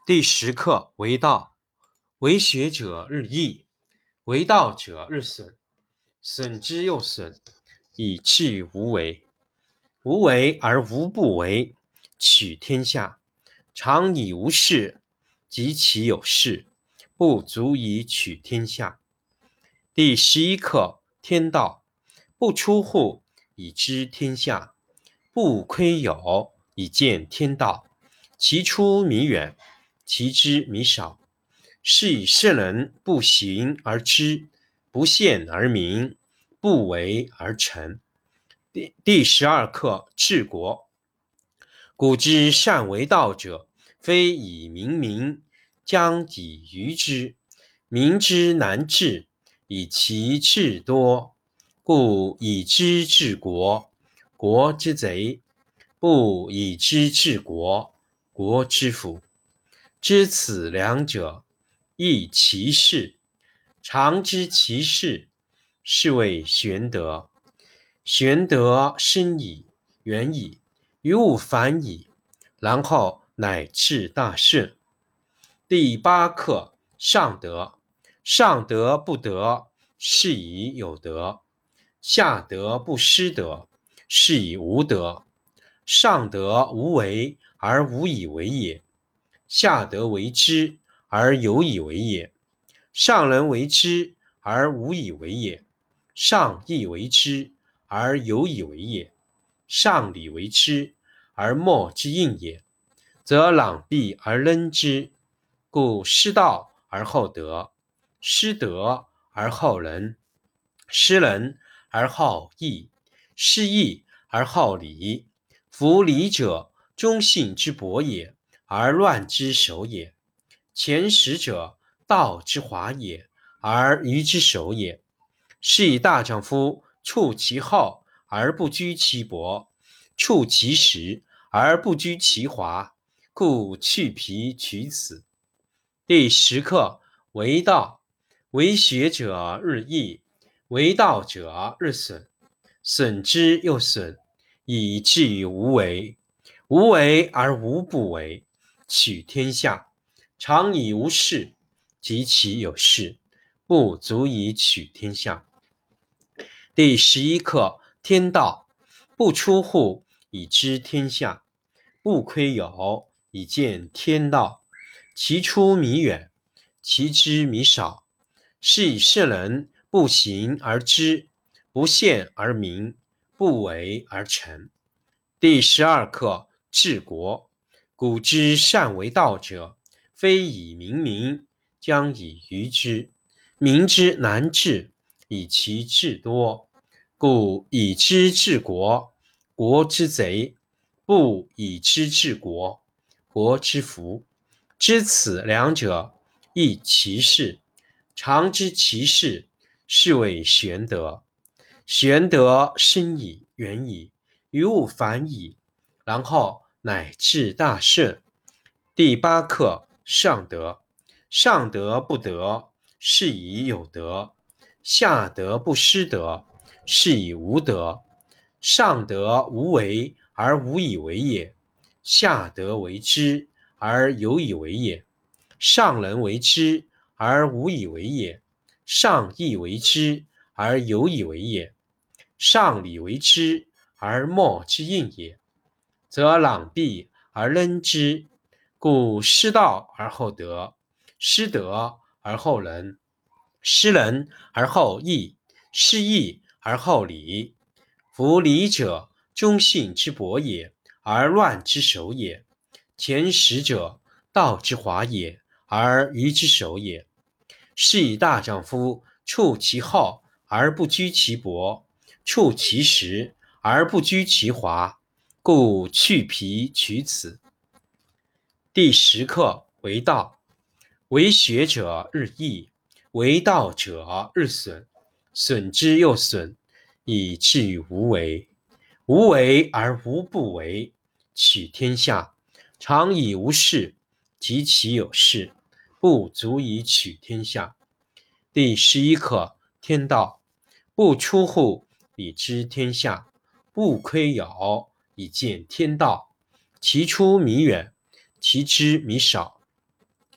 第10课为道，为学者日益，为道者日损，损之又损，以至于无为。无为而无不为，取天下常以无事，及其有事，不足以取天下。第11课天道，不出户，以知天下；不窥牖，以见天道。其出弥远，其知弥少。是以圣人不行而知，不见而明，不为而成。第12课治国。古之善为道者，非以明民，将以愚之。民之难治，以其智多。故以知治国，国之贼；不以知治国，国之福。知此两者，亦其事。常知其事，是谓玄德。玄德深矣，远矣，于物反矣，然后乃至大顺。第8课上德。上德不德，是以有德；下德不失德，是以无德。上德无为而无以为也，下德为之而有以为也。上人为之而无以为也，上义为之而有以为也，上礼为之而莫之应也，则攘臂而扔之。故失道而后德，失德而后仁，失仁而后义，失义而后礼。夫礼者，忠信之薄也，而乱之首也。前识者，道之华也，而愚之首也。是以大丈夫处其厚而不居其薄，处其实而不居其华，故去皮取此。第10课为道，为学者日益，为道者日损，损之又损，以至于无为。无为而无不为，取天下常以无事，及其有事，不足以取天下。第11课天道，不出户，以知天下；不窥牖，以见天道。其出弥远，其知弥少。是以圣人不行而知，不见而明，不为而成。第12课治国。古之善为道者，非以明民，将以愚之。民之难治，以其智多。故以知治国，国之贼；不以知治国，国之福。知此两者，亦其事。常知其事，是谓玄德。玄德深矣，远矣，于物反矣，然后乃至大顺。第8课上德。上德不德，是以有德；下德不失德，是以无德。上德无为而无以为也，下德为之而有以为也。上人为之而无以为也，上义为之而有以为也，上礼为之而莫之应也，则攘臂而扔之。故失道而后德，失德而后仁，失仁而后义，失义而后礼。夫礼者，忠信之薄也，而乱之首也。前识者，道之华也，而愚之首也。是以大丈夫处其厚而不居其薄，处其实而不居其华，故去皮取此。第10课为道，为学者日益，为道者日损，损之又损，以至于无为。无为而无不为，取天下常以无事，及其有事，不足以取天下。第11课天道，不出户，以知天下；不窥牖，以见天道。其出弥远，其知弥少。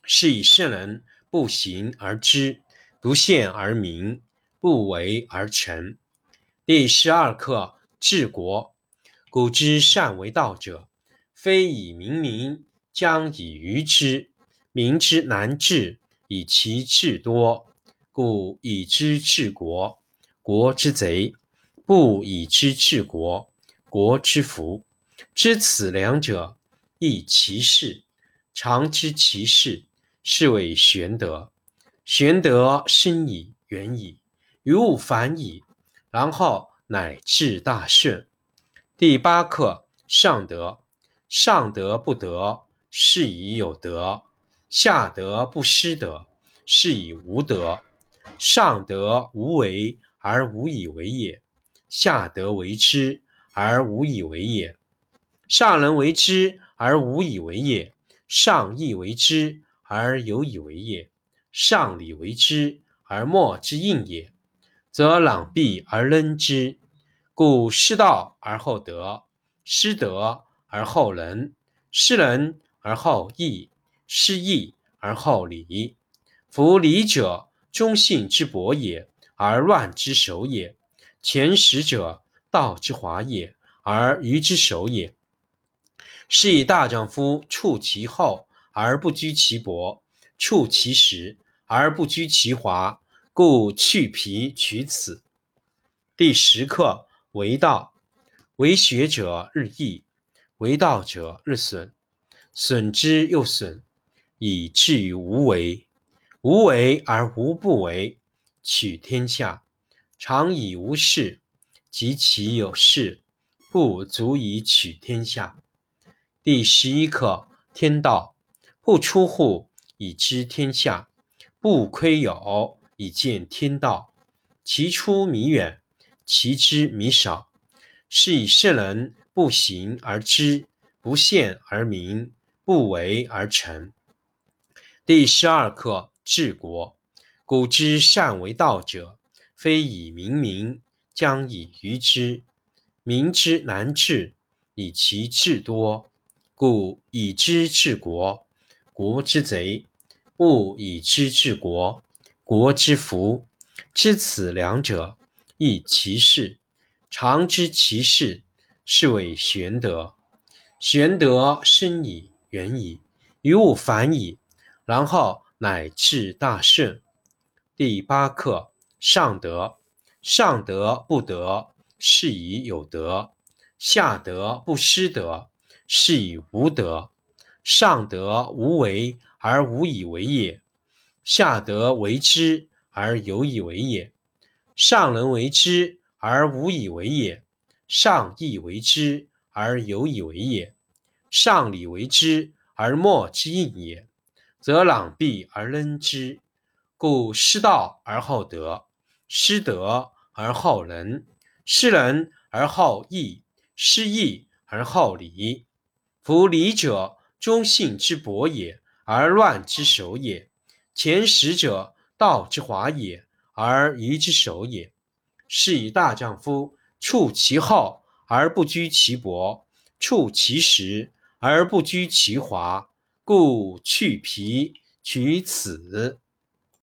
是以圣人不行而知，不见而明，不为而成。第12课治国。古之善为道者，非以明民，将以愚之。民之难治，以其智多。故以知治国，国之贼；不以知治国，国之福。知此两者，亦其事。常知其事，是谓玄德。玄德深矣，远矣，于物反矣，然后乃至大顺。第8课上德。上德不德，是以有德；下德不失德，是以无德。上德无为而无以为也，下德为之而无以为也。上人为之而无以为也，上义为之而有以为也，上礼为之而莫之应也，则攘臂而扔之。故失道而后德，失德而后仁，失仁而后义，失义而后礼。夫礼者，忠信之薄也，而乱之首也；前识者，道之华也，而愚之首也。是以大丈夫处其厚而不居其薄，处其实而不居其华，故去皮取此。第10课为道。为学者日益，为道者日损，损之又损，以至于无为。无为而无不为，取天下常以无事，及其有事，不足以取天下。第11课天道。不出户，以知天下；不窥牖，以见天道。其出弥远，其知弥少。是以圣人不行而知，不见而明，不为而成。第12课治国。古之善为道者，非以明民，将以愚之。民之难治，以其智多。故以知治国，国之贼；不以知治国，国之福。知此两者，亦其事。常知其事，是谓玄德。玄德深矣，远矣，于物反矣，然后乃至大顺。第8课上德。上德不德，是以有德；下德不失德，是以无德。上德无为而无以为也，下德为之而有以为也。上人为之而无以为也，上义为之而有以为也，上礼为之而莫之应也，则攘臂而扔之。故失道而后德，失德而后仁，失仁而后义，失义而后礼。夫礼者，忠信之薄也，而乱之首也；前识者，道之华也，而愚之首也。是以大丈夫处其厚而不居其薄，处其实而不居其华，故去皮取此。